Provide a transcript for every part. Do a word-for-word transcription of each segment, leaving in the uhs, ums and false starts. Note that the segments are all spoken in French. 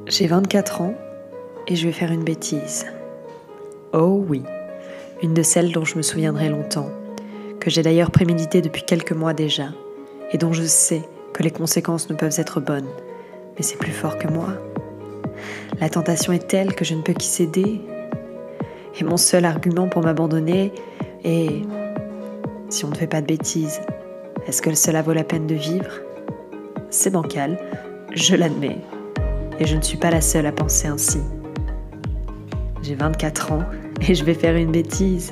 J'ai vingt-quatre ans et je vais faire une bêtise. Oh oui, une de celles dont je me souviendrai longtemps, que j'ai d'ailleurs prémédité depuis quelques mois déjà, et dont je sais que les conséquences ne peuvent être bonnes, mais c'est plus fort que moi. La tentation est telle que je ne peux qu'y céder, et mon seul argument pour m'abandonner est « si on ne fait pas de bêtises, est-ce que cela vaut la peine de vivre ?» C'est bancal, je l'admets, et je ne suis pas la seule à penser ainsi. J'ai vingt-quatre ans et je vais faire une bêtise.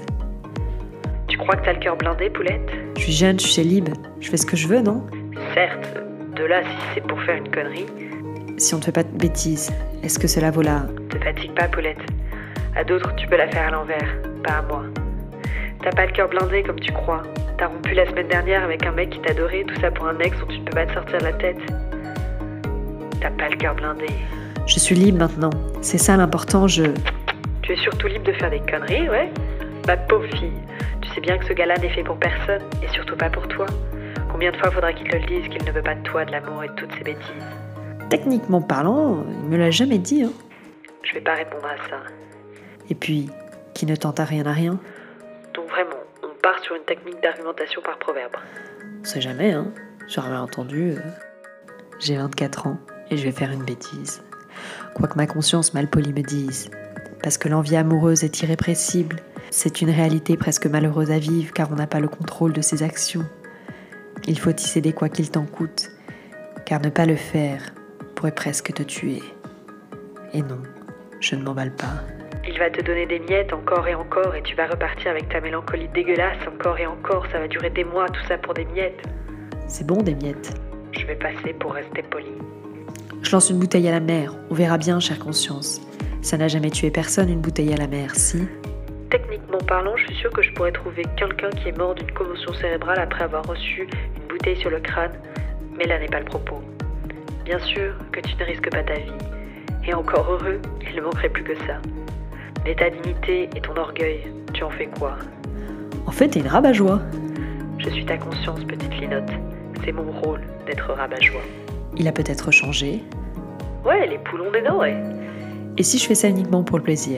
Tu crois que t'as le cœur blindé, Poulette ? Je suis jeune, je suis libre, je fais ce que je veux, non ? Certes, de là si c'est pour faire une connerie. Si on ne fait pas de bêtises, est-ce que cela vaut la... Te fatigue pas, Poulette. À d'autres, tu peux la faire à l'envers, pas à moi. T'as pas le cœur blindé comme tu crois. T'as rompu la semaine dernière avec un mec qui t'adorait, tout ça pour un ex dont tu ne peux pas te sortir de la tête. T'as pas le cœur blindé. Je suis libre maintenant, c'est ça l'important, je... Tu es surtout libre de faire des conneries, ouais ? Ma pauvre fille, tu sais bien que ce gars-là n'est fait pour personne, et surtout pas pour toi. Combien de fois faudra qu'il te le dise qu'il ne veut pas de toi, de l'amour et de toutes ces bêtises ? Techniquement parlant, il me l'a jamais dit, hein. Je vais pas répondre à ça. Et puis, qui ne tente à rien à rien ? Donc vraiment, on part sur une technique d'argumentation par proverbe. On sait jamais, hein. J'aurais mal entendu. Euh... J'ai vingt-quatre ans et je vais faire une bêtise. Quoique ma conscience mal polie me dise. Parce que l'envie amoureuse est irrépressible. C'est une réalité presque malheureuse à vivre car on n'a pas le contrôle de ses actions. Il faut y céder quoi qu'il t'en coûte. Car ne pas le faire pourrait presque te tuer. Et non, je ne m'emballe pas. Il va te donner des miettes encore et encore et tu vas repartir avec ta mélancolie dégueulasse encore et encore. Ça va durer des mois, tout ça pour des miettes. C'est bon des miettes. Je vais passer pour rester poli. Je lance une bouteille à la mer. On verra bien, chère conscience. Ça n'a jamais tué personne, une bouteille à la mer, si ? Techniquement parlant, je suis sûre que je pourrais trouver quelqu'un qui est mort d'une commotion cérébrale après avoir reçu une bouteille sur le crâne. Mais là n'est pas le propos. Bien sûr que tu ne risques pas ta vie. Et encore heureux, il ne manquerait plus que ça. Mais ta dignité et ton orgueil, tu en fais quoi ? En fait, t'es une rabat-joie. Je suis ta conscience, petite Linotte. C'est mon rôle d'être rabat-joie. Il a peut-être changé. Ouais, les poulons des dents, ouais. Et si je fais ça uniquement pour le plaisir ?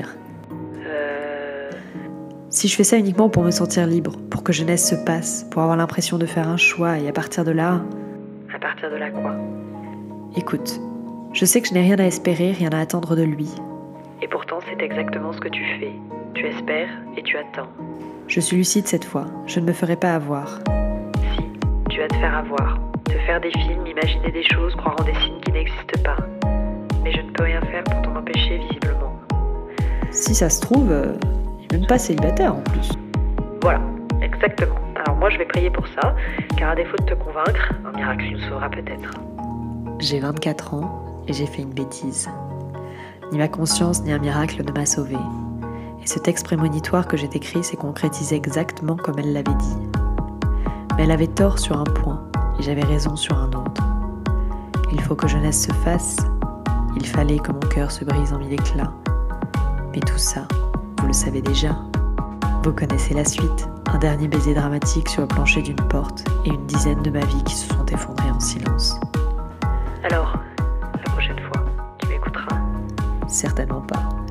Euh... Si je fais ça uniquement pour me sentir libre, pour que jeunesse se passe, pour avoir l'impression de faire un choix et à partir de là... À partir de là quoi ? Écoute, je sais que je n'ai rien à espérer, rien à attendre de lui. Et pourtant, c'est exactement ce que tu fais. Tu espères et tu attends. Je suis lucide cette fois, je ne me ferai pas avoir. Si, tu vas te faire avoir. Te faire des films, imaginer des choses, croire en des signes qui n'existent pas. Mais je ne peux rien faire pour t'en empêcher, visiblement. Si ça se trouve, euh, il n'est même pas célibataire en plus. Voilà, exactement. Alors moi, je vais prier pour ça, car à défaut de te convaincre, un miracle nous sauvera peut-être. J'ai vingt-quatre ans et j'ai fait une bêtise. Ni ma conscience ni un miracle ne m'a sauvé. Et ce texte prémonitoire que j'ai écrit s'est concrétisé exactement comme elle l'avait dit. Mais elle avait tort sur un point, et j'avais raison sur un autre. Il faut que jeunesse se fasse, il fallait que mon cœur se brise en mille éclats. Mais tout ça, vous le savez déjà. Vous connaissez la suite, un dernier baiser dramatique sur le plancher d'une porte et une dizaine de ma vie qui se sont effondrées en silence. Alors, la prochaine fois, tu m'écouteras ? Certainement pas.